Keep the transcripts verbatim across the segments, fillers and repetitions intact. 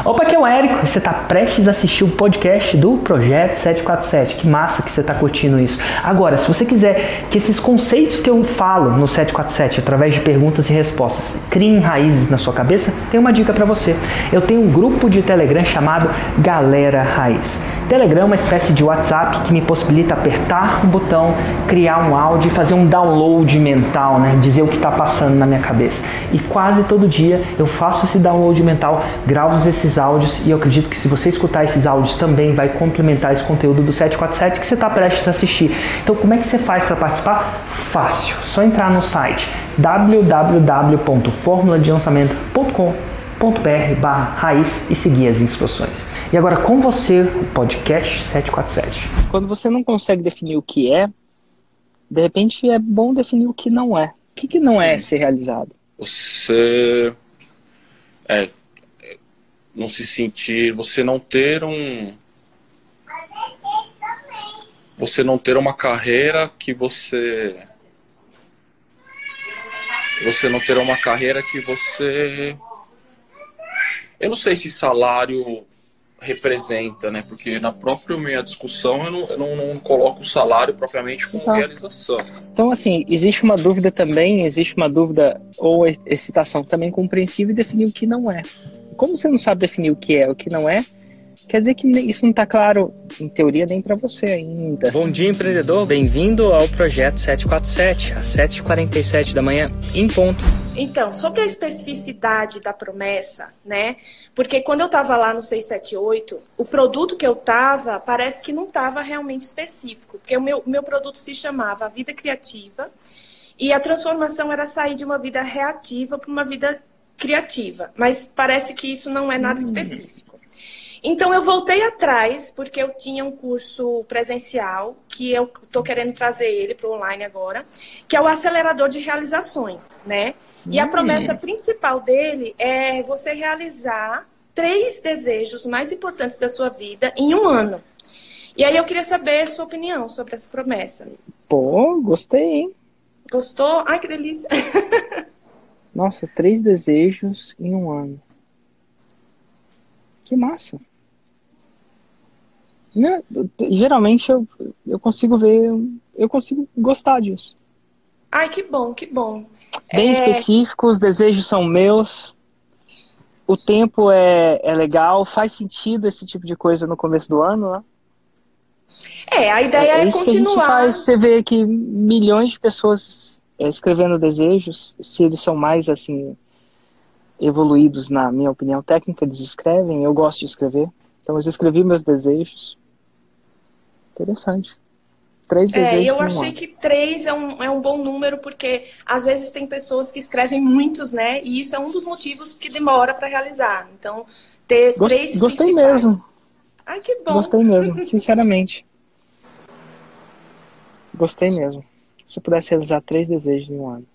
Opa, aqui é o Érico, você está prestes a assistir o podcast do Projeto sete quatro sete. Que massa que você está curtindo isso. Agora, se você quiser que esses conceitos que eu falo no sete quatro sete, através de perguntas e respostas, criem raízes na sua cabeça, tem uma dica para você. Eu tenho um grupo de Telegram chamado Galera Raiz. Telegram é uma espécie de WhatsApp que me possibilita apertar um botão, criar um áudio e fazer um download mental, né? Dizer o que está passando na minha cabeça. E quase todo dia eu faço esse download mental, gravo esses áudios e eu acredito que se você escutar esses áudios também vai complementar esse conteúdo do sete quatro sete que você está prestes a assistir. Então como é que você faz para participar? Fácil, só entrar no site w w w ponto formula de lançamento ponto com ponto b r barra raiz e seguir as instruções. E agora com você, o podcast sete quatro sete. Quando você não consegue definir o que é, de repente é bom definir o que não é. O que, que não é ser realizado? Você é, não se sentir, você não ter um você não ter uma carreira que você você não ter uma carreira que você eu não sei se salário representa, né? Porque na própria minha discussão eu não, eu não, não coloco o salário propriamente como então, realização. Então, assim, existe uma dúvida também, existe uma dúvida ou excitação também compreensível e definir o que não é. Como você não sabe definir o que é o que não é, quer dizer que isso não está claro, em teoria, nem para você ainda. Bom dia, empreendedor. Bem-vindo ao Projeto sete quatro sete, às sete e quarenta e sete da manhã, em ponto. Então, sobre a especificidade da promessa, né? Porque quando eu estava lá no seiscentos e setenta e oito, o produto que eu estava, parece que não estava realmente específico. Porque o meu, meu produto se chamava Vida Criativa e a transformação era sair de uma vida reativa para uma vida criativa. Mas parece que isso não é nada específico. Então, eu voltei atrás, porque eu tinha um curso presencial, que eu estou querendo trazer ele para o online agora, que é o acelerador de realizações, né? E a promessa principal dele é você realizar três desejos mais importantes da sua vida em um ano. E aí eu queria saber a sua opinião sobre essa promessa. Pô, gostei, hein? Gostou? Ai, que delícia! Nossa, três desejos em um ano. Que massa! Né? Geralmente eu, eu consigo ver, eu consigo gostar disso. Ai, que bom, que bom. Bem é... específico, os desejos são meus, o tempo é, é legal, faz sentido esse tipo de coisa no começo do ano, né? É, a ideia é, é isso continuar. Que a gente faz, você vê que milhões de pessoas é, escrevendo desejos, se eles são mais assim evoluídos, na minha opinião técnica, eles escrevem, eu gosto de escrever, então eu escrevi meus desejos. Interessante. Três desejos. É, eu achei que três é um, é um bom número, porque às vezes tem pessoas que escrevem muitos, né? E isso é um dos motivos que demora para realizar. Então, ter Gost, três Gostei principais. mesmo. Ai, que bom. Gostei mesmo, sinceramente. Gostei mesmo. Se eu pudesse realizar três desejos em um ano.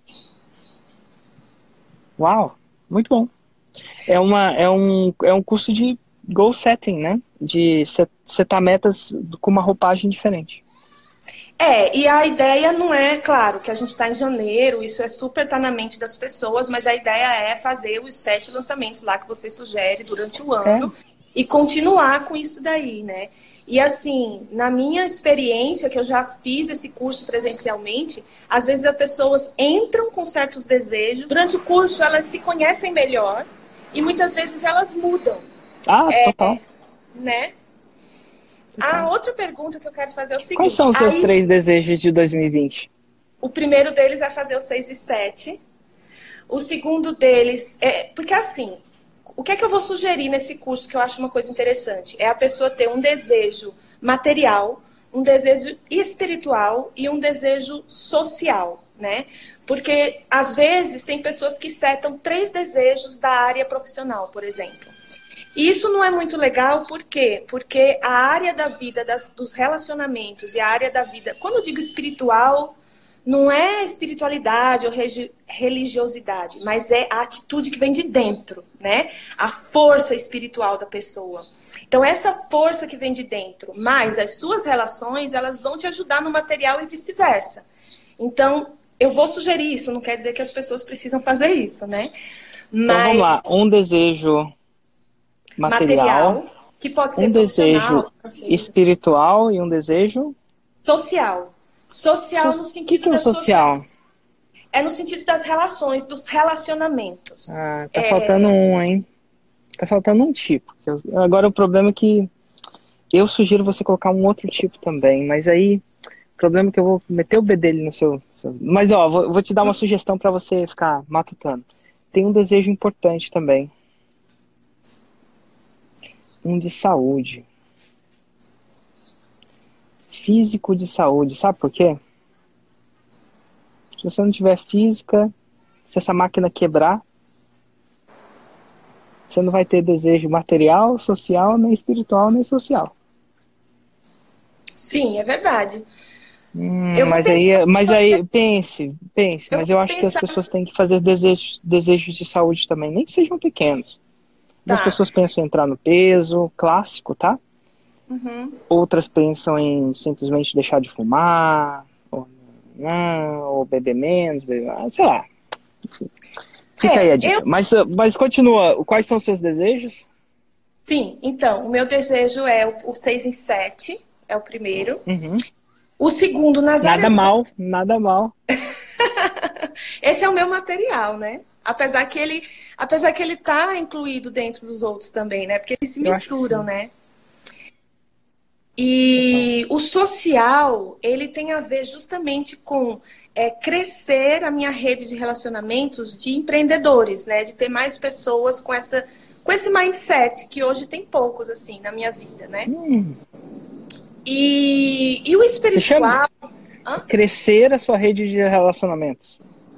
Uau, muito bom. É, uma, é, um, é um curso de goal setting, né? De setar metas com uma roupagem diferente. É, e a ideia não é, claro, que a gente está em janeiro, isso é super tá na mente das pessoas, mas a ideia é fazer os sete lançamentos lá que você sugere durante o ano é. E continuar com isso daí, né? E assim, na minha experiência, que eu já fiz esse curso presencialmente, às vezes as pessoas entram com certos desejos, durante o curso elas se conhecem melhor e muitas vezes elas mudam. Ah, é, total. Né? A outra pergunta que eu quero fazer é o seguinte... Quais são os seus aí, três desejos de dois mil e vinte? O primeiro deles é fazer o seis e sete. O segundo deles é... Porque assim, o que é que eu vou sugerir nesse curso que eu acho uma coisa interessante? É a pessoa ter um desejo material, um desejo espiritual e um desejo social, né? Porque, às vezes, tem pessoas que setam três desejos da área profissional, por exemplo. E isso não é muito legal, por quê? Porque a área da vida, das, dos relacionamentos e a área da vida... Quando eu digo espiritual, não é espiritualidade ou regi, religiosidade, mas é a atitude que vem de dentro, né? A força espiritual da pessoa. Então, essa força que vem de dentro, mais as suas relações, elas vão te ajudar no material e vice-versa. Então, eu vou sugerir isso, não quer dizer que as pessoas precisam fazer isso, né? Mas... Então, vamos lá. Um desejo... Material, material que pode ser um desejo financeiro, espiritual e um desejo... social. Social So- no O que, sentido que é o das suas... social? É no sentido das relações, dos relacionamentos. Ah, tá É, faltando um, hein? Tá faltando um tipo. Eu- Agora o problema é que eu sugiro você colocar um outro tipo também, mas aí o problema é que eu vou meter o bedelho no seu... seu- Mas ó, vou, vou te dar uma sugestão para você ficar matutando. Tem um desejo importante também. Um de saúde. Físico de saúde. Sabe por quê? Se você não tiver física, se essa máquina quebrar, você não vai ter desejo material, social, nem espiritual, nem social. sim, é verdade. Hum, Eu vou mas pensar, aí, mas aí, pense, pense, eu mas vou eu acho que as pensar, pessoas têm que fazer desejos, desejos de saúde também, nem que sejam pequenos. Algumas tá. pessoas pensam em entrar no peso, clássico, tá? Uhum. Outras pensam em simplesmente deixar de fumar, ou, não, ou beber menos, beber, ah, sei lá. Fica aí a É, eu dica. Mas, ah, mas continua, quais são os seus desejos? sim, então, o meu desejo é o, o seis em sete, é o primeiro. Uhum. O segundo, nas Nada áreas. mal, nada mal. Esse é o meu material, né? Apesar que ele, apesar que ele tá incluído dentro dos outros também, né? Porque eles se Eu acho que misturam, sim. né? Total. E o social, ele tem a ver justamente com é, crescer a minha rede de relacionamentos de empreendedores, né? De ter mais pessoas com essa, com esse mindset, que hoje tem poucos, assim, na minha vida, né? Hum. E, e o Você chama espiritual, hã? crescer a sua rede de relacionamentos.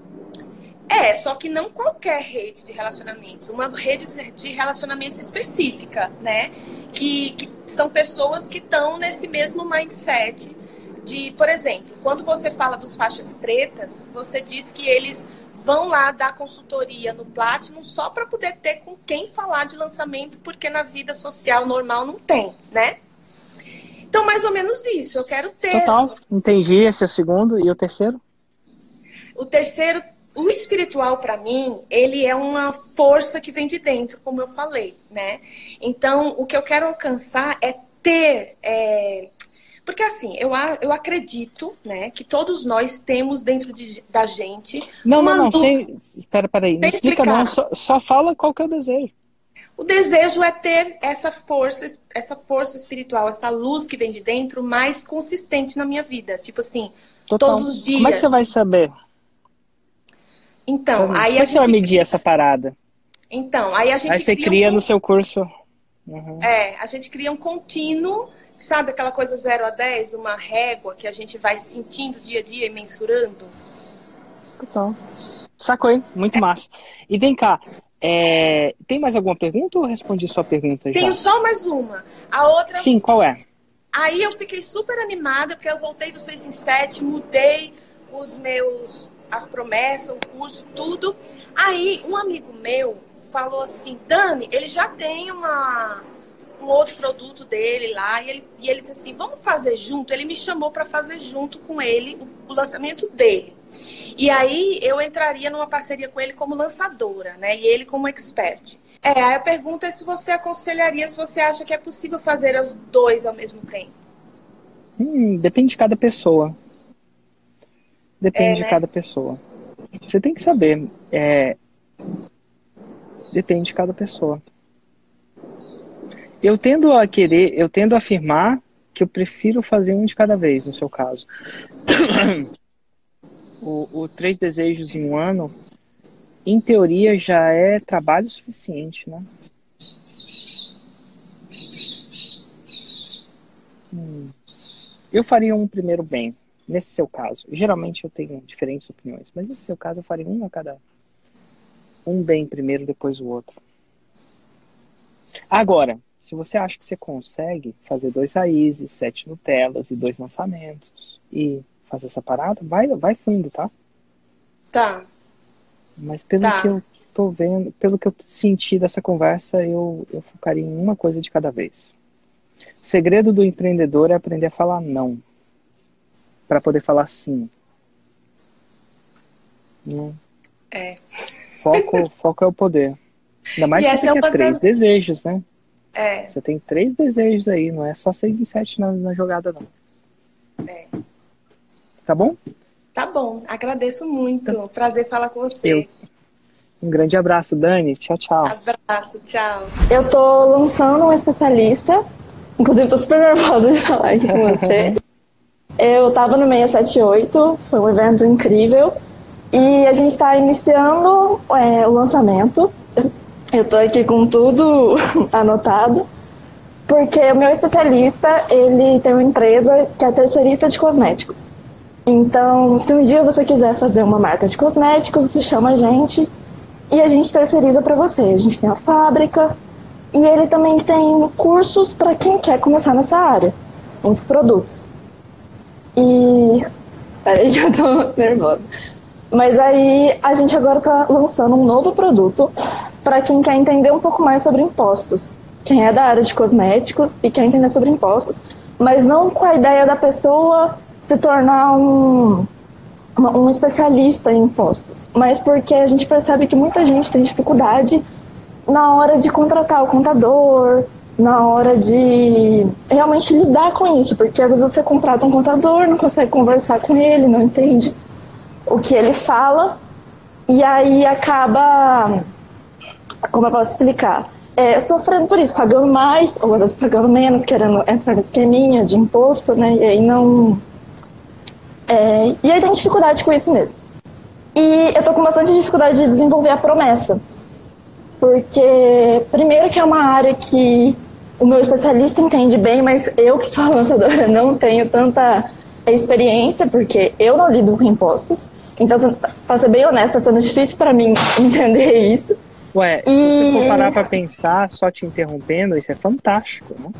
É, só que não qualquer rede de relacionamentos, uma rede de relacionamentos específica, né? Que, que são pessoas que estão nesse mesmo mindset de, por exemplo, quando você fala dos faixas pretas, você diz que eles vão lá dar consultoria no Platinum só para poder ter com quem falar de lançamento, porque na vida social normal não tem, né? Então, mais ou menos isso. Eu quero ter. Total. Entendi. Esse é o segundo. E o terceiro? O terceiro, o espiritual, para mim, ele é uma força que vem de dentro, como eu falei, né? Então, o que eu quero alcançar é ter... É... Porque, assim, eu, eu acredito, né, que todos nós temos dentro de, da gente... Não, uma não, não. luz. Sem... Espera, peraí. Não Sem explica não. explicar. Só, só fala qual que é o desejo. O desejo é ter essa força, essa força espiritual, essa luz que vem de dentro mais consistente na minha vida. Tipo assim, Total. todos os dias. Como é que você vai saber? Então, Como aí é a que você vai gente medir cria... essa parada? Então, aí a gente Aí você cria, cria um... no seu curso. Uhum. É, a gente cria um contínuo, sabe aquela coisa zero a dez, uma régua que a gente vai sentindo dia a dia e mensurando? Total. Sacou, hein? Muito massa. E vem cá, é... tem mais alguma pergunta ou eu respondi sua pergunta já? Tenho só mais uma. A outra... Sim, qual é? Aí eu fiquei super animada, porque eu voltei do seis em sete, mudei os meus... as promessas, o curso, tudo. Aí um amigo meu falou assim, Dani, ele já tem uma... um outro produto dele lá, e ele, e ele disse assim, vamos fazer junto? Ele me chamou para fazer junto com ele o, o lançamento dele. E aí eu entraria numa parceria com ele como lançadora, né? E ele como expert. É, aí a pergunta é se você aconselharia, se você acha que é possível fazer os dois ao mesmo tempo. Hum, depende de cada pessoa. Depende É, de né? cada pessoa. Você tem que saber. É... Depende de cada pessoa. Eu tendo a querer, eu tendo a afirmar que eu prefiro fazer um de cada vez, no seu caso. O, o Três Desejos em um ano, em teoria, já é trabalho suficiente, né? Hum. Eu faria um primeiro bem, nesse seu caso. Geralmente eu tenho diferentes opiniões, mas nesse seu caso eu faria um a cada... Um bem primeiro, depois o outro. Agora, se você acha que você consegue fazer dois raízes, sete Nutellas e dois lançamentos e fazer essa parada, vai, vai fundo, tá? Tá. Mas pelo Tá. que eu tô vendo, pelo que eu senti dessa conversa, eu, eu focaria em uma coisa de cada vez. O segredo do empreendedor é aprender a falar não, para poder falar sim. Não. É. Foco, foco é o poder. Ainda mais E se essa você é quer uma três das- desejos, né? É. Você tem três desejos aí, não é só seis e sete na, na jogada, não. É. Tá bom? Tá bom, agradeço muito. Prazer falar com você. Eu. Um grande abraço, Dani. Tchau, tchau. Abraço, tchau. Eu tô lançando um especialista. Inclusive, tô super nervosa de falar aqui com você. Eu tava no seiscentos e setenta e oito, foi um evento incrível. E a gente tá iniciando é, o lançamento. Eu tô aqui com tudo anotado. Porque o meu especialista, ele tem uma empresa que é terceirista de cosméticos. Então, se um dia você quiser fazer uma marca de cosméticos, você chama a gente e a gente terceiriza para você. A gente tem a fábrica e ele também tem cursos para quem quer começar nessa área, uns produtos. E... peraí que eu tô nervosa. Mas aí a gente agora tá lançando um novo produto para quem quer entender um pouco mais sobre impostos. Quem é da área de cosméticos e quer entender sobre impostos, mas não com a ideia da pessoa se tornar um, um especialista em impostos, mas porque a gente percebe que muita gente tem dificuldade na hora de contratar o contador, na hora de realmente lidar com isso, porque às vezes você contrata um contador, não consegue conversar com ele, não entende o que ele fala, e aí acaba, como eu posso explicar, é, sofrendo por isso, pagando mais, ou às vezes pagando menos, querendo entrar no esqueminha de imposto, né, e aí não... É, e aí tem dificuldade com isso mesmo. E eu tô com bastante dificuldade de desenvolver a promessa. Porque, primeiro que é uma área que o meu especialista entende bem, mas eu que sou a lançadora não tenho tanta experiência, porque eu não lido com impostos. Então, pra ser bem honesta, tá sendo difícil pra mim entender isso. Ué, e... se você for parar pra pensar, só te interrompendo, isso é fantástico, né?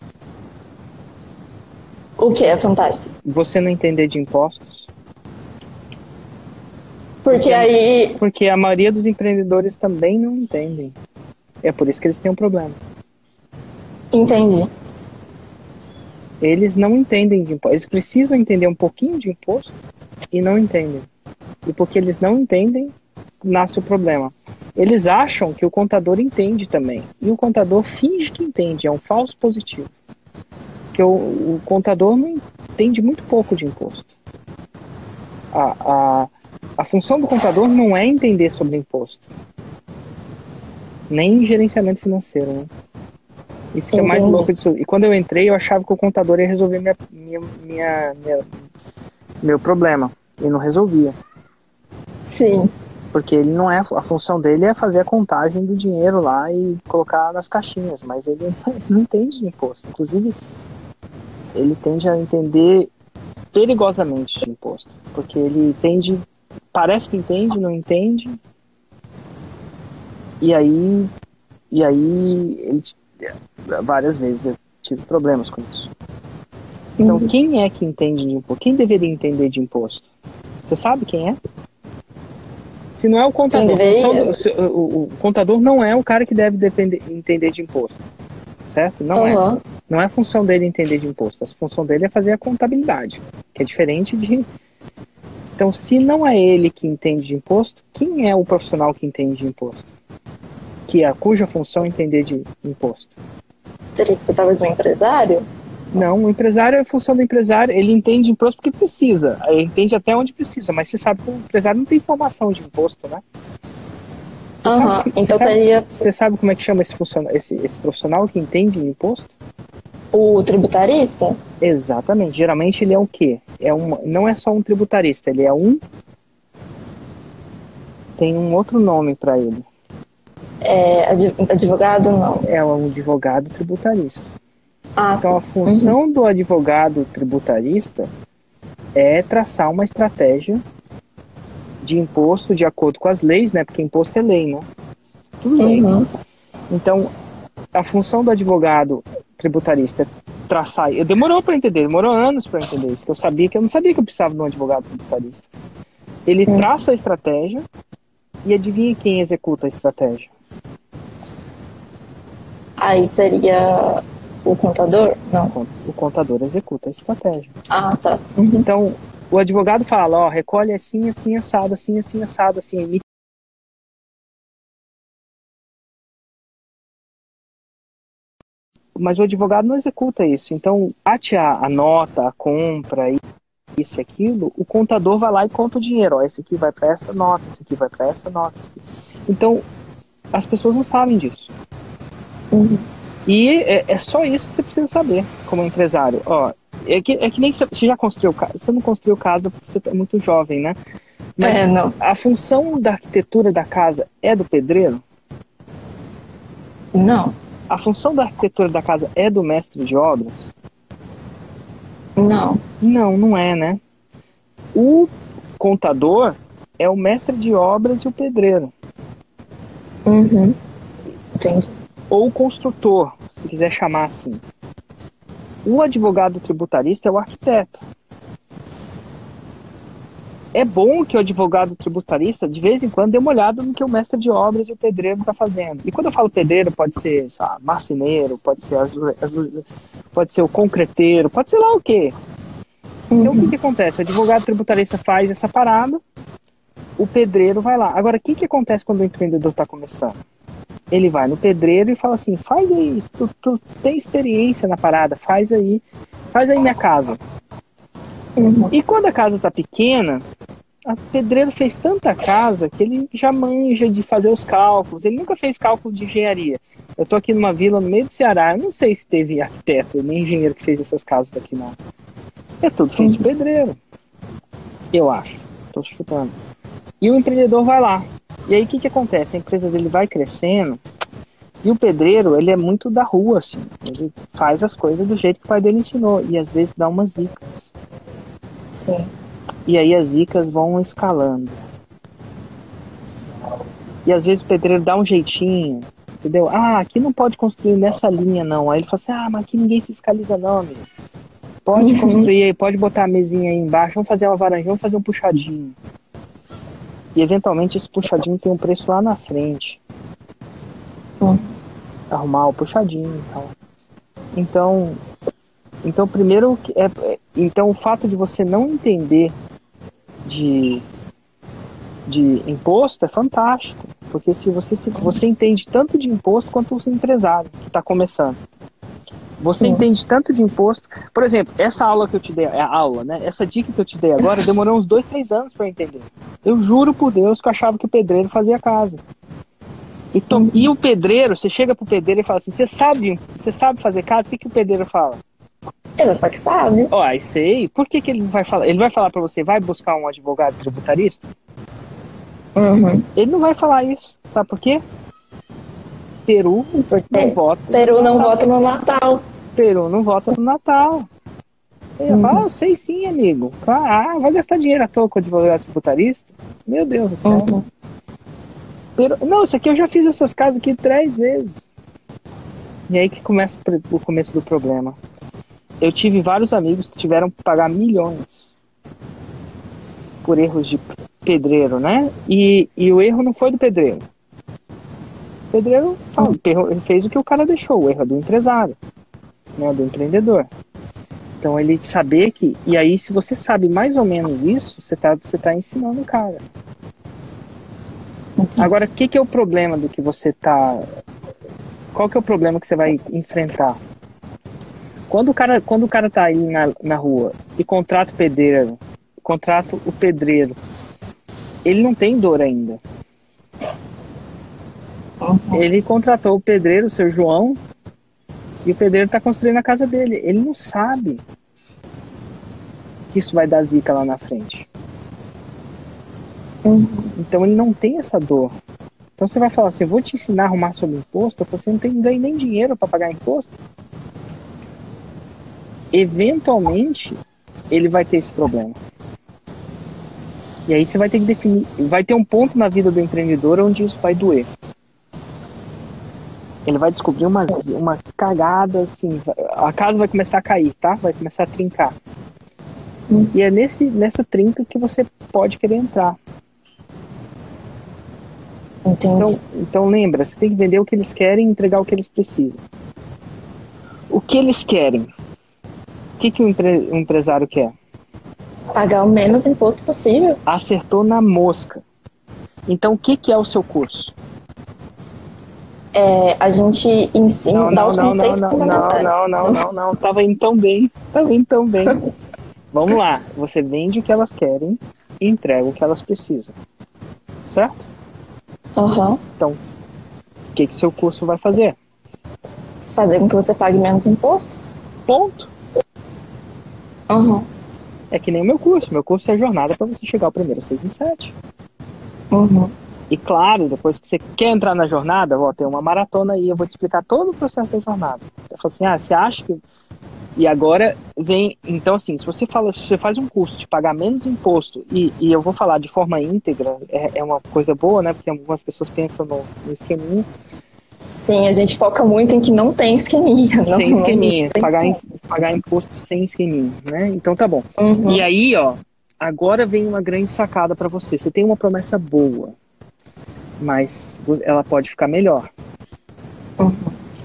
O que é fantástico? Você não entender de impostos. Porque, porque aí... Porque a maioria dos empreendedores também não entendem. É por isso que eles têm um problema. Entendi. Eles não entendem de imposto. Eles precisam entender um pouquinho de imposto e não entendem. E porque eles não entendem, nasce o problema. Eles acham que o contador entende também. E o contador finge que entende. É um falso positivo. Porque o, o contador não entende muito pouco de imposto. A, a, a função do contador não é entender sobre imposto. Nem gerenciamento financeiro, né? Isso que é mais louco disso. E quando eu entrei, eu achava que o contador ia resolver minha, minha, minha, minha, meu problema. E não resolvia. Sim. Porque ele não é, a função dele é fazer a contagem do dinheiro lá e colocar nas caixinhas. Mas ele não entende de imposto. Inclusive, ele tende a entender perigosamente de imposto. Porque ele tende, parece que entende, não entende. E aí, e aí ele, várias vezes eu tive problemas com isso. Então, uhum. Quem é que entende de imposto? Quem deveria entender de imposto? Você sabe quem é? Se não é o contador, o, o, o contador não é o cara que deve depender, entender de imposto, certo? Não uhum. é. Não é a função dele entender de imposto. A função dele é fazer a contabilidade, que é diferente de... Então, se não é ele que entende de imposto, quem é o profissional que entende de imposto? Que é, cuja função é entender de imposto? Teria que ser talvez um empresário? Não, o empresário, a função do empresário, ele entende imposto porque precisa, ele entende até onde precisa, mas você sabe que o empresário não tem informação de imposto, né? Você uhum. sabe, então você seria... Sabe, você sabe como é que chama esse, esse, esse profissional que entende de imposto? O tributarista? Exatamente, geralmente ele é o quê? É um, não é só um tributarista, ele é um... Tem um outro nome para ele. É advogado, não? É um advogado tributarista. Ah, então, sim. a função uhum. do advogado tributarista é traçar uma estratégia de imposto de acordo com as leis, né? Porque imposto é lei, né? Tudo lei. Uhum. Então, a função do advogado tributarista é traçar... Eu demorou para entender, demorou anos para entender isso, que eu sabia que eu não sabia que eu precisava de um advogado tributarista. Ele uhum. traça a estratégia e adivinha quem executa a estratégia? Aí seria... O contador? Não. O contador executa a estratégia. Ah, tá. Uhum. Então, o advogado fala, ó, recolhe assim, assim, assado, assim, assim, assado, assim, mas o advogado não executa isso. Então, bate a, a nota, a compra, isso e aquilo, o contador vai lá e conta o dinheiro. Ó, esse aqui vai para essa nota, esse aqui vai para essa nota. Então, as pessoas não sabem disso. Uhum. E é, é só isso que você precisa saber como empresário. Ó, é, que, é que nem você, você já construiu casa. Você não construiu casa porque você é muito jovem, né? Mas É, não. a função da arquitetura da casa é do pedreiro? Não. A função da arquitetura da casa é do mestre de obras? Não. Não, não é, né? O contador é o mestre de obras e o pedreiro. Uhum. Entendi. Ou o construtor, se quiser chamar assim. O advogado tributarista é o arquiteto. É bom que o advogado tributarista, de vez em quando, dê uma olhada no que o mestre de obras e o pedreiro está fazendo. E quando eu falo pedreiro, pode ser, sabe, marceneiro, pode ser, pode ser o concreteiro, pode ser lá o quê. Então, uhum. O que, que acontece? O advogado tributarista faz essa parada, o pedreiro vai lá. Agora, o que, que acontece quando o empreendedor está começando? Ele vai no pedreiro e fala assim, faz aí, tu, tu tem experiência na parada, faz aí, faz aí minha casa. Uhum. E quando a casa está pequena, o pedreiro fez tanta casa que ele já manja de fazer os cálculos. Ele nunca fez cálculo de engenharia. Eu estou aqui numa vila no meio do Ceará, eu não sei se teve arquiteto nem engenheiro que fez essas casas daqui não. É tudo feito de pedreiro, eu acho, estou chutando. E o empreendedor vai lá. E aí o que, que acontece? A empresa dele vai crescendo e o pedreiro, ele é muito da rua, assim. Ele faz as coisas do jeito que o pai dele ensinou e às vezes dá umas zicas. Sim. E aí as zicas vão escalando. E às vezes o pedreiro dá um jeitinho, entendeu? Ah, aqui não pode construir nessa linha não. Aí ele fala assim, ah, mas aqui ninguém fiscaliza não, amigo. Pode uhum. construir aí, pode botar a mesinha aí embaixo, vamos fazer uma varandinha, vamos fazer um puxadinho. E eventualmente esse puxadinho tem um preço lá na frente. Hum. Arrumar o puxadinho e tal. Então, então primeiro, é, então o fato de você não entender de, de imposto é fantástico. Porque se você, se você entende tanto de imposto quanto o empresário que está começando. Você Sim. entende tanto de imposto. Por exemplo, essa aula que eu te dei, a aula, né? Essa dica que eu te dei agora demorou uns dois, três anos para eu entender. Eu juro por Deus que eu achava que o pedreiro fazia casa. E, to... e o pedreiro, você chega pro pedreiro e fala assim, você sabe, você sabe fazer casa? O que, que o pedreiro fala? Ele vai falar que sabe. Ó, oh, sei. Por que, que ele vai falar? Ele vai falar para você, vai buscar um advogado tributarista? Uhum. Ele não vai falar isso. Sabe por quê? Peru Porque não vota. Peru não vota no Natal. Peru não vota no Natal. Eu uhum. falo, ah, eu sei sim, amigo. Ah, vai gastar dinheiro à toa com o advogado tributarista? Meu Deus do céu. Uhum. Peru... Não, isso aqui eu já fiz essas casas aqui três vezes. E aí que começa o começo do problema. Eu tive vários amigos que tiveram que pagar milhões por erros de pedreiro, né? E, e o erro não foi do pedreiro. O pedreiro fala, ele fez o que o cara deixou, o erro é do empresário, né, do empreendedor. Então ele saber que... E aí se você sabe mais ou menos isso, você tá, você tá ensinando o cara. Entendi. Agora, o que, que é o problema do que você tá... Qual que é o problema que você vai enfrentar? Quando o cara, quando o cara tá aí na, na rua e contrata o pedreiro, contrata o pedreiro, ele não tem dor ainda. Uhum. Ele contratou o pedreiro, o seu João, e o pedreiro está construindo a casa dele. Ele não sabe que isso vai dar zica lá na frente. Uhum. Então ele não tem essa dor. Então você vai falar assim, eu vou te ensinar a arrumar sobre imposto, você não tem ganho nem dinheiro para pagar imposto. Eventualmente ele vai ter esse problema. E aí você vai ter que definir, vai ter um ponto na vida do empreendedor onde isso vai doer. Ele vai descobrir uma, uma cagada, assim, a casa vai começar a cair, tá? Vai começar a trincar. Hum. E é nesse, nessa trinca que você pode querer entrar. Entendi. Então, então lembra, você tem que vender o que eles querem e entregar o que eles precisam. O que eles querem? O que, que o, empre, o empresário quer? Pagar o menos imposto possível. Acertou na mosca. Então o que, que é o seu curso? é, a gente ensina, não, dá não, os não, conceitos não, não, fundamentais. não, não, não, não, tava indo tão bem, tava indo tão bem. Vamos lá, você vende o que elas querem e entrega o que elas precisam, certo? Uhum. Então, o que que seu curso vai fazer? Fazer com que você pague menos impostos. Ponto. Uhum. É que nem o meu curso, meu curso é a jornada para você chegar ao primeiro seis em sete. Uhum. E claro, depois que você quer entrar na jornada, ó, tem uma maratona aí, eu vou te explicar todo o processo da jornada. Eu falo assim, ah, você acha que... E agora vem... Então, assim, se você fala, se você faz um curso de pagar menos imposto, e, e eu vou falar de forma íntegra, é, é uma coisa boa, né? Porque algumas pessoas pensam no, no esqueminha. Sim, a gente foca muito em que não tem esqueminha. Não, Sem esqueminha, não tem pagar, em, pagar imposto sem esqueminha, né? Então tá bom. Uhum. E aí, ó, agora vem uma grande sacada para você. Você tem uma promessa boa, mas ela pode ficar melhor. Uhum.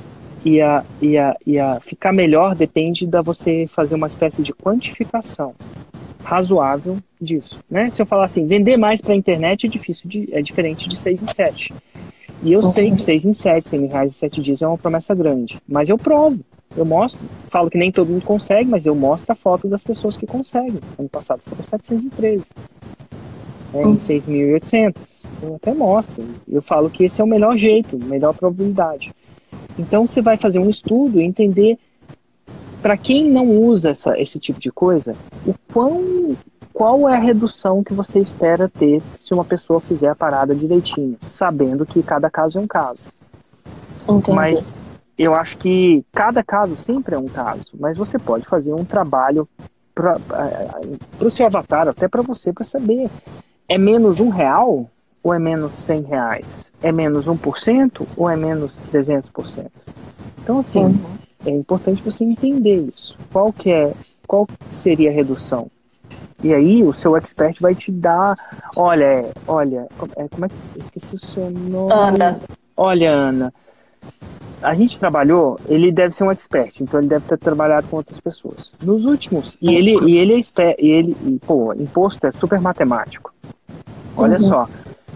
E a, e, a, e a ficar melhor depende da você fazer uma espécie de quantificação razoável disso, né? Se eu falar assim, vender mais para a internet é difícil, de, é diferente de seis em sete. E eu uhum. sei que seis em sete, cem mil reais em sete dias é uma promessa grande, mas eu provo, eu mostro, falo que nem todo mundo consegue, mas eu mostro a foto das pessoas que conseguem. Ano passado foram setecentos e treze, é, em seis mil e oitocentos. Eu até mostro, eu falo que esse é o melhor jeito, melhor probabilidade. Então você vai fazer um estudo e entender, para quem não usa essa, esse tipo de coisa, o quão, qual é a redução que você espera ter se uma pessoa fizer a parada direitinho, sabendo que cada caso é um caso. Entendi. Mas eu acho que cada caso sempre é um caso, mas você pode fazer um trabalho para o seu avatar, até para você, para saber, é menos um real ou é menos cem reais? É menos um por cento ou é menos trezentos por cento? Então, assim, uhum. é importante você entender isso. Qual que é, qual seria a redução? E aí o seu expert vai te dar, olha, olha, é, como é que, eu esqueci o seu nome. Ana. Olha, Ana, a gente trabalhou, ele deve ser um expert, então ele deve ter trabalhado com outras pessoas. Nos últimos, e ele, e ele é expert, e ele, e, pô, imposto é super matemático. Olha uhum. só,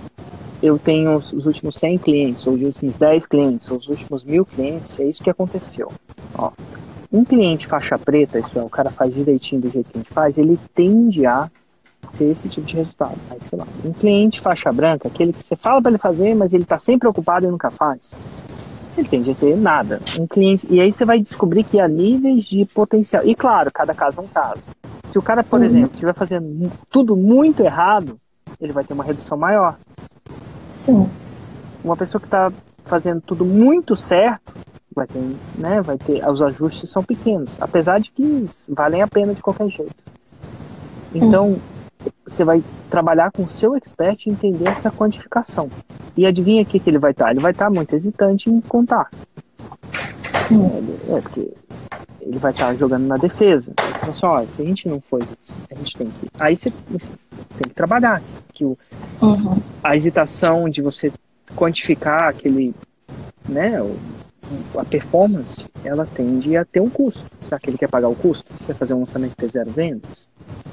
eu tenho os, os últimos cem clientes, ou os últimos dez clientes, ou os últimos mil clientes, é isso que aconteceu. Ó, um cliente faixa preta, isso é, o cara faz direitinho do jeito que a gente faz, ele tende a ter esse tipo de resultado. Aí, sei lá, um cliente faixa branca, aquele que você fala para ele fazer, mas ele está sempre ocupado e nunca faz, ele tende a ter nada. Um cliente, e aí você vai descobrir que há níveis de potencial. E claro, cada caso é um caso. Se o cara, por uhum. exemplo, estiver fazendo tudo muito errado, ele vai ter uma redução maior. Sim. Uma pessoa que está fazendo tudo muito certo, vai ter, né, vai ter, os ajustes são pequenos, apesar de que valem a pena de qualquer jeito. Então, hum. você vai trabalhar com o seu expert e entender essa quantificação. E adivinha o que, que ele vai estar? Ele vai estar muito hesitante em contar. Sim. É, é porque ele vai estar jogando na defesa. Aí você fala assim, olha, se a gente não for, a gente tem que... Aí você tem que trabalhar. Que o, uhum. a hesitação de você quantificar aquele, né, o, a performance, ela tende a ter um custo. Será que ele quer pagar o custo? Quer fazer um lançamento e ter zero vendas?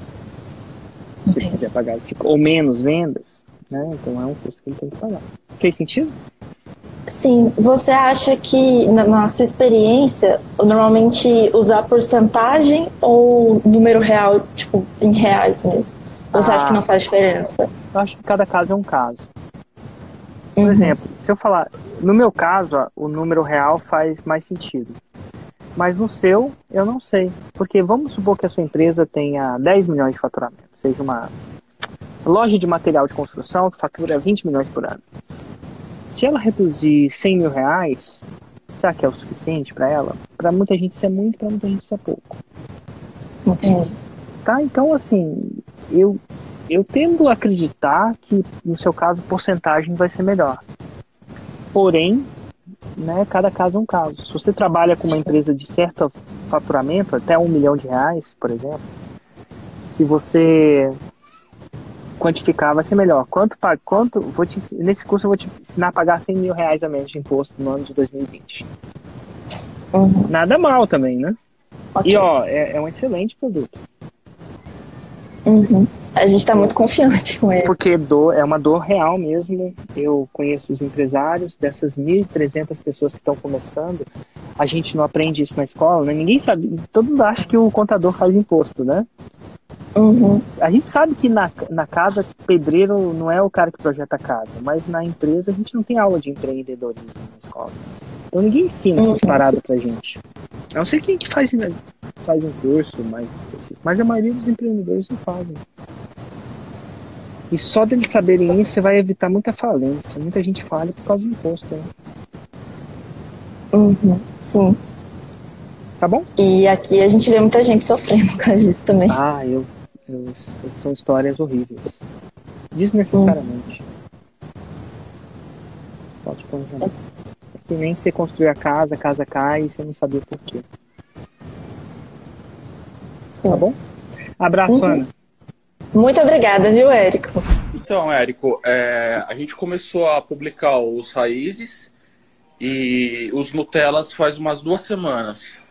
Se ele quiser pagar esse, ou menos vendas, né, então é um custo que ele tem que pagar. Fez sentido? Sim. Você acha que, na, na sua experiência, normalmente usar porcentagem ou número real, tipo, em reais mesmo? Ou você ah, acha que não faz diferença? Eu acho que cada caso é um caso. Por uhum. exemplo, se eu falar, no meu caso, ó, o número real faz mais sentido. Mas no seu, eu não sei. Porque vamos supor que a sua empresa tenha dez milhões de faturamento. Seja uma loja de material de construção que fatura vinte milhões por ano. Se ela reduzir cem mil reais, será que é o suficiente para ela? Para muita gente isso é muito, para muita gente isso é pouco. Entendi. Tá? Então, assim, eu, eu tendo a acreditar que, no seu caso, porcentagem vai ser melhor. Porém, né, cada caso é um caso. Se você trabalha com uma empresa de certo faturamento, até um milhão de reais, por exemplo, se você quantificar, vai ser melhor. Quanto, quanto vou te, nesse curso eu vou te ensinar a pagar cem mil reais a menos de imposto no ano de dois mil e vinte. Uhum. Nada mal também, né? Okay. E ó, é, é um excelente produto. Uhum. A gente está muito confiante com ele. Porque dor, é uma dor real mesmo. Eu conheço os empresários dessas mil e trezentas pessoas que estão começando. A gente não aprende isso na escola, né? Ninguém sabe. Todo mundo acha que o contador faz imposto, né? Uhum. A gente sabe que na, na casa, pedreiro não é o cara que projeta a casa, mas na empresa a gente não tem aula de empreendedorismo na escola. Então ninguém ensina essas paradas pra gente. A não ser que a gente faz, faz um curso mais específico, mas a maioria dos empreendedores não fazem. E só deles saberem isso, você vai evitar muita falência. Muita gente falha por causa do imposto, né? Uhum. Sim. Tá bom? E aqui a gente vê muita gente sofrendo por causa disso também. Ah, eu, eu são histórias horríveis. Desnecessariamente. Pode continuar. É que nem você construir a casa, a casa cai e você não sabia por quê. Sim. Tá bom? Abraço, Uhum. Ana. Muito obrigada, viu, Érico? Então, Érico, é, a gente começou a publicar os Raízes e os Nutellas faz umas duas semanas.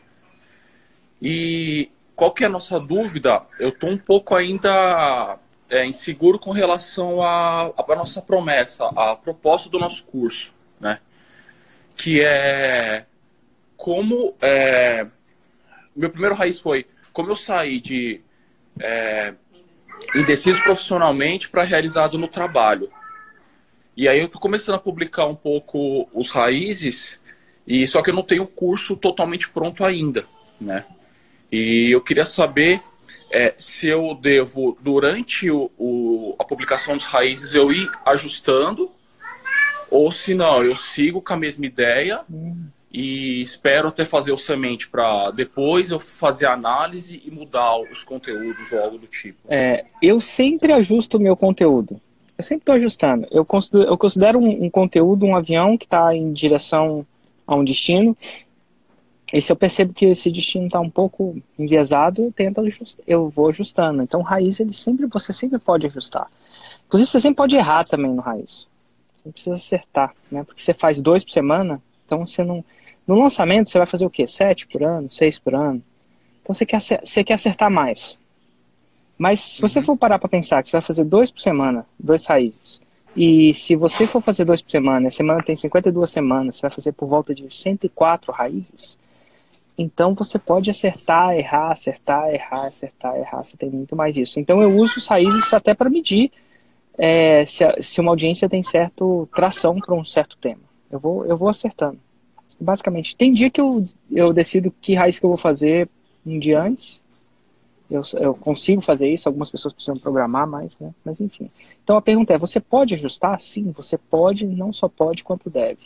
E qual que é a nossa dúvida? Eu estou um pouco ainda é, inseguro com relação à nossa promessa, à proposta do nosso curso, né? Que é como... É, meu primeiro raiz foi como eu saí de é, indeciso profissionalmente para realizado no trabalho. E aí eu estou começando a publicar um pouco os Raízes, e só que eu não tenho o curso totalmente pronto ainda, né? E eu queria saber é, se eu devo, durante o, o, a publicação dos Raízes, eu ir ajustando, ou se não, eu sigo com a mesma ideia e espero até fazer o semente para depois eu fazer a análise e mudar os conteúdos ou algo do tipo. É, eu sempre ajusto o meu conteúdo. Eu sempre estou ajustando. Eu considero, eu considero um, um conteúdo um avião que está em direção a um destino. E se eu percebo que esse destino está um pouco enviesado, eu tento ajustar, eu vou ajustando. Então, raiz, ele sempre, você sempre pode ajustar. Inclusive, você sempre pode errar também no raiz. Não precisa acertar, né? Porque você faz dois por semana, então você não... No lançamento, você vai fazer o quê? Sete por ano? Seis por ano? Então, você quer, você quer acertar mais. Mas, se você for parar para pensar que você vai fazer dois por semana, dois raízes, e se você for fazer dois por semana, a semana tem cinquenta e duas semanas, você vai fazer por volta de cento e quatro raízes, então você pode acertar, errar, acertar, errar, acertar, errar. Você tem muito mais isso. Então eu uso os raízes até para medir é, se, a, se uma audiência tem certo tração para um certo tema. Eu vou, eu vou acertando. Basicamente, tem dia que eu, eu decido que raiz que eu vou fazer um dia antes. Eu, eu consigo fazer isso, algumas pessoas precisam programar mais, né? Mas enfim. Então a pergunta é, você pode ajustar? Sim, você pode, não só pode, quanto deve.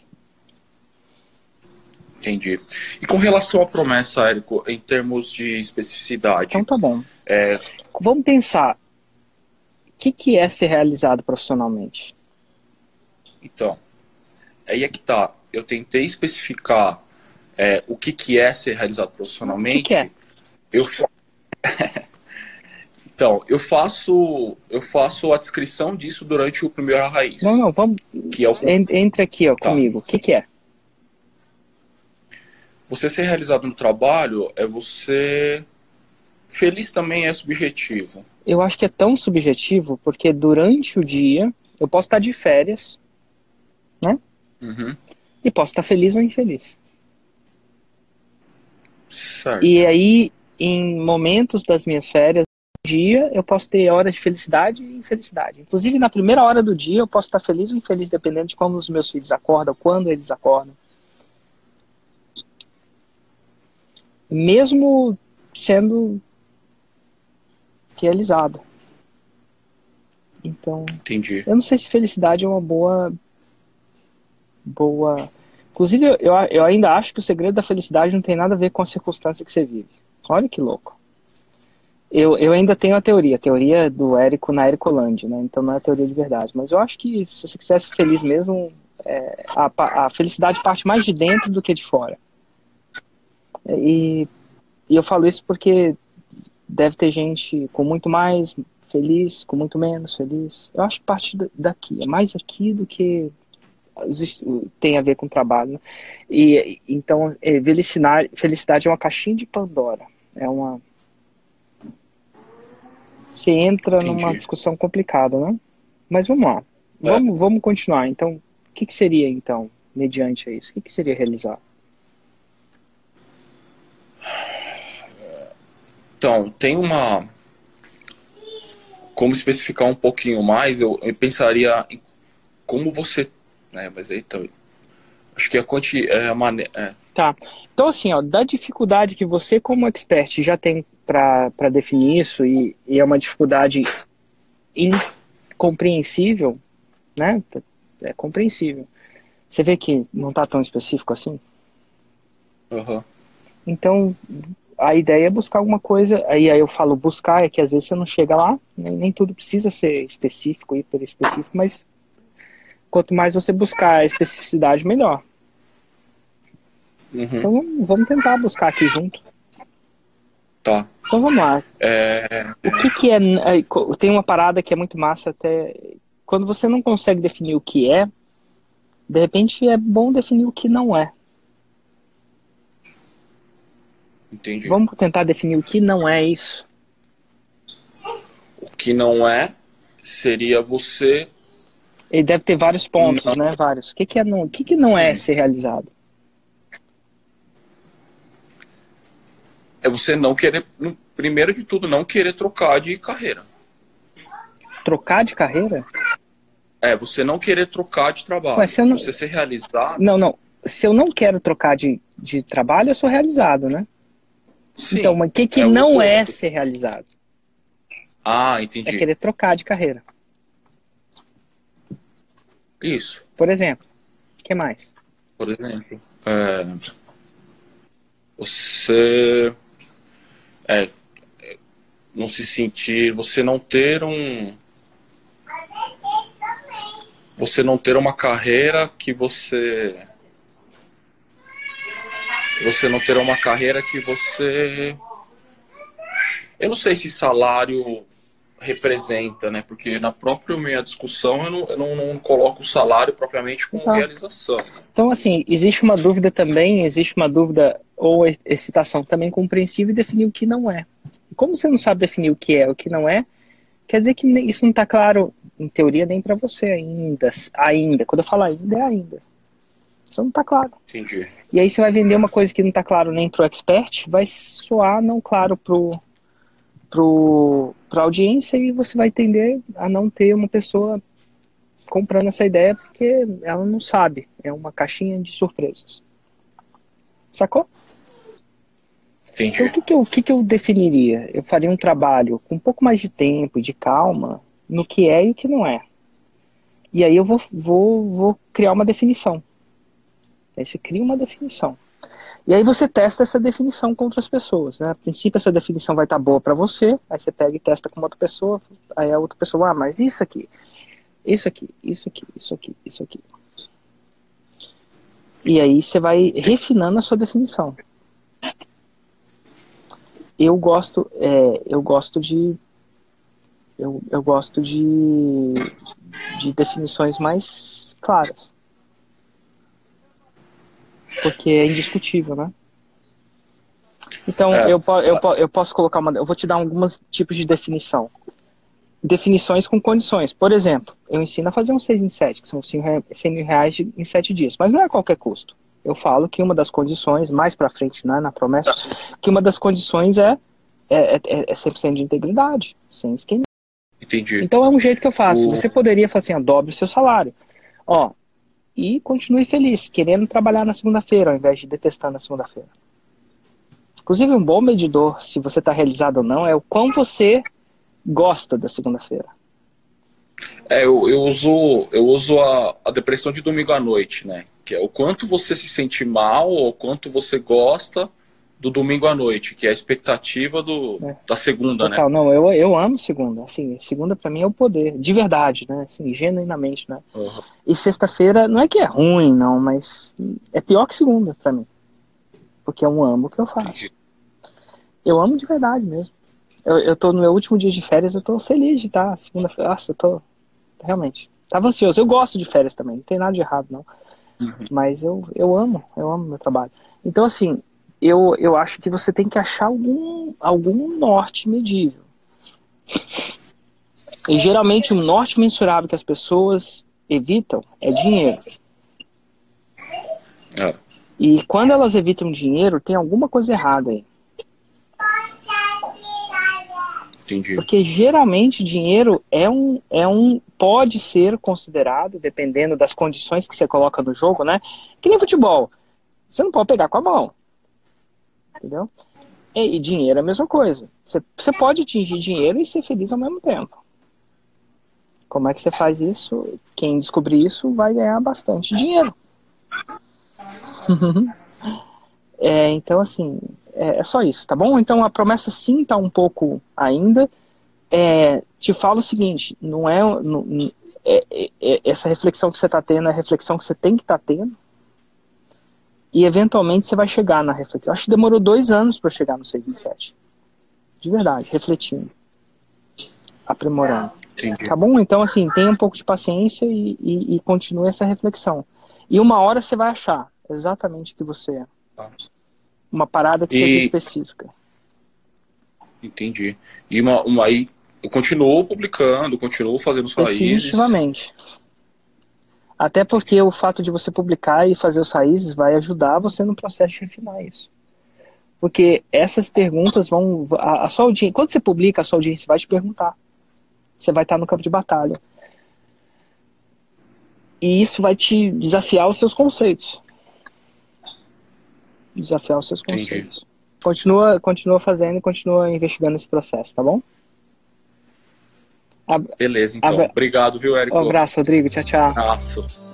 Entendi. E com relação à promessa, Érico, em termos de especificidade... Então tá bom. É... Vamos pensar, o que, que é ser realizado profissionalmente? Então, aí é que tá. Eu tentei especificar é, o que, que é ser realizado profissionalmente. O que, que é? Eu fa... Então, eu faço, eu faço a descrição disso durante o primeiro raiz. Não, não, vamos... Que é o... Entre aqui, ó, tá. comigo. O que, que é? Você ser realizado no trabalho é você... Feliz também é subjetivo. Eu acho que é tão subjetivo porque durante o dia eu posso estar de férias, né? Uhum. E posso estar feliz ou infeliz. Certo. E aí, em momentos das minhas férias, no dia, eu posso ter horas de felicidade e infelicidade. Inclusive, na primeira hora do dia, eu posso estar feliz ou infeliz, dependendo de como os meus filhos acordam, quando eles acordam. Mesmo sendo realizado. Então, entendi. Eu não sei se felicidade é uma boa... boa... Inclusive, eu, eu ainda acho que o segredo da felicidade não tem nada a ver com a circunstância que você vive. Olha que louco. Eu, eu ainda tenho a teoria, a teoria do Érico na Ericolândia, né? Então não é a teoria de verdade. Mas eu acho que se você quiser ser feliz mesmo, é, a, a felicidade parte mais de dentro do que de fora. E, e eu falo isso porque deve ter gente com muito mais feliz, com muito menos feliz. Eu acho que parte daqui, é mais aqui do que tem a ver com trabalho. E então, felicidade, felicidade é uma caixinha de Pandora. É uma... você entra Entendi. numa discussão complicada, né? Mas vamos lá. É. Vamos, vamos continuar. Então, o que, que seria, então, mediante a isso? O que, que seria realizar? Então, tem uma... Como especificar um pouquinho mais, eu, eu pensaria em como você... Né, mas aí também... Acho que a quanti... É a maneira... É. Tá. Então, assim, ó, da dificuldade que você, como expert, já tem para definir isso, e, e é uma dificuldade incompreensível, né? É compreensível. Você vê que não está tão específico assim? Uhum. Então, a ideia é buscar alguma coisa, aí, aí eu falo buscar, é que às vezes você não chega lá, nem, nem tudo precisa ser específico, hiper específico, mas quanto mais você buscar a especificidade, melhor. Uhum. Então vamos, vamos tentar buscar aqui junto. Tá. Então vamos lá. É... O que que é... Tem uma parada que é muito massa até... Quando você não consegue definir o que é, de repente é bom definir o que não é. Entendi. Vamos tentar definir o que não é isso. O que não é seria você... Ele deve ter vários pontos, não. né? Vários. O que que, é não... o que que não é ser realizado? É você não querer... Primeiro de tudo, não querer trocar de carreira. Trocar de carreira? É, você não querer trocar de trabalho. Mas se eu não... Você ser realizado... Não, não. Se eu não quero trocar de, de trabalho, eu sou realizado, né? Sim, então, mas o que que é o não oposto. é ser realizado? Ah, entendi. É querer trocar de carreira. Isso. Por exemplo. O que mais? Por exemplo, é, você é, não se sentir, você não ter um, você não ter uma carreira que você, você não ter uma carreira que você, eu não sei se salário representa, né? Porque na própria minha discussão eu não, eu não, não coloco o salário propriamente como Então, realização. então, assim, existe uma dúvida também, existe uma dúvida ou excitação também compreensível e definir o que não é. Como você não sabe definir o que é o que não é, quer dizer que isso não está claro, em teoria, nem para você ainda. Ainda. Quando eu falo ainda, é ainda. Isso não está claro. Entendi. E aí você vai vender uma coisa que não está claro nem para o expert, vai soar não claro para para a audiência e você vai tender a não ter uma pessoa comprando essa ideia porque ela não sabe. É uma caixinha de surpresas. Sacou? Entendi. Então o que que eu, o que que eu definiria? Eu faria um trabalho com um pouco mais de tempo e de calma no que é e o que não é. E aí eu vou, vou, vou criar uma definição. Aí você cria uma definição. E aí você testa essa definição com outras pessoas, né? A princípio essa definição vai estar boa para você, aí você pega e testa com outra pessoa, aí a outra pessoa, ah, mas isso aqui, isso aqui, isso aqui, isso aqui, isso aqui. E aí você vai refinando a sua definição. Eu gosto, é, eu gosto de, eu, eu gosto de, de definições mais claras. Porque é indiscutível, né? Então, É. eu, eu, eu posso colocar uma... Eu vou te dar alguns tipos de definição. Definições com condições. Por exemplo, eu ensino a fazer um seis em sete, que são cem mil reais em sete dias. Mas não é a qualquer custo. Eu falo que uma das condições, mais pra frente, né, na promessa, que uma das condições é, é, é, é cem por cento de integridade, sem esquema. Entendi. Então é um jeito que eu faço. O... Você poderia falar assim, ó, dobre o seu salário. Ó, e continue feliz, querendo trabalhar na segunda-feira, ao invés de detestar na segunda-feira. Inclusive, um bom medidor, se você está realizado ou não, é o quão você gosta da segunda-feira. É, eu, eu uso, eu uso a, a depressão de domingo à noite, né? Que é o quanto você se sente mal ou o quanto você gosta do domingo à noite, que é a expectativa do, é. da segunda, Total, né? Não, eu, eu amo segunda. Assim, segunda pra mim é o poder, de verdade, né? Assim, genuinamente, né? Uhum. E sexta-feira, não é que é ruim, não, mas é pior que segunda pra mim. Porque eu amo o que eu faço. Entendi. Eu amo de verdade mesmo. Eu, eu tô no meu último dia de férias, eu tô feliz de estar segunda-feira. Nossa, eu tô... Realmente. Tava ansioso. Eu gosto de férias também, não tem nada de errado, não. Uhum. Mas eu, eu amo, eu amo meu trabalho. Então, assim, eu, eu acho que você tem que achar algum, algum norte medível. E geralmente o norte mensurável que as pessoas evitam é dinheiro. É. E quando elas evitam dinheiro, tem alguma coisa errada aí. Entendi. Porque geralmente dinheiro é um, é um, pode ser considerado, dependendo das condições que você coloca no jogo, né? Que nem futebol. Você não pode pegar com a mão. Entendeu? E, e dinheiro é a mesma coisa. Você, você pode atingir dinheiro e ser feliz ao mesmo tempo. Como é que você faz isso? Quem descobrir isso vai ganhar bastante dinheiro. É, então, assim, é, é só isso, tá bom? Então, a promessa sim tá um pouco ainda. É, te falo o seguinte, não é, não, é, é, é essa reflexão que você tá tendo é a reflexão que você tem que estar tá tendo. E, eventualmente, você vai chegar na reflexão. Acho que demorou dois anos para chegar no seis e sete. De verdade, refletindo. Aprimorando. Entendi. Tá bom? Então, assim, tenha um pouco de paciência e, e, e continue essa reflexão. E uma hora você vai achar exatamente o que você é. Uma parada que E... seja específica. Entendi. E uma, uma, aí eu continuo publicando, continuo fazendo os raízes. Definitivamente. Até porque o fato de você publicar e fazer os raízes vai ajudar você no processo de refinar isso. Porque essas perguntas vão... A, a sua audiência, quando você publica, a sua audiência vai te perguntar. Você vai estar no campo de batalha. E isso vai te desafiar os seus conceitos. Desafiar os seus conceitos. Entendi. Continua, continua fazendo e continua investigando esse processo, tá bom? Beleza, então. Abra... Obrigado, viu, Érico? Um abraço, Rodrigo. Tchau, tchau. Abraço.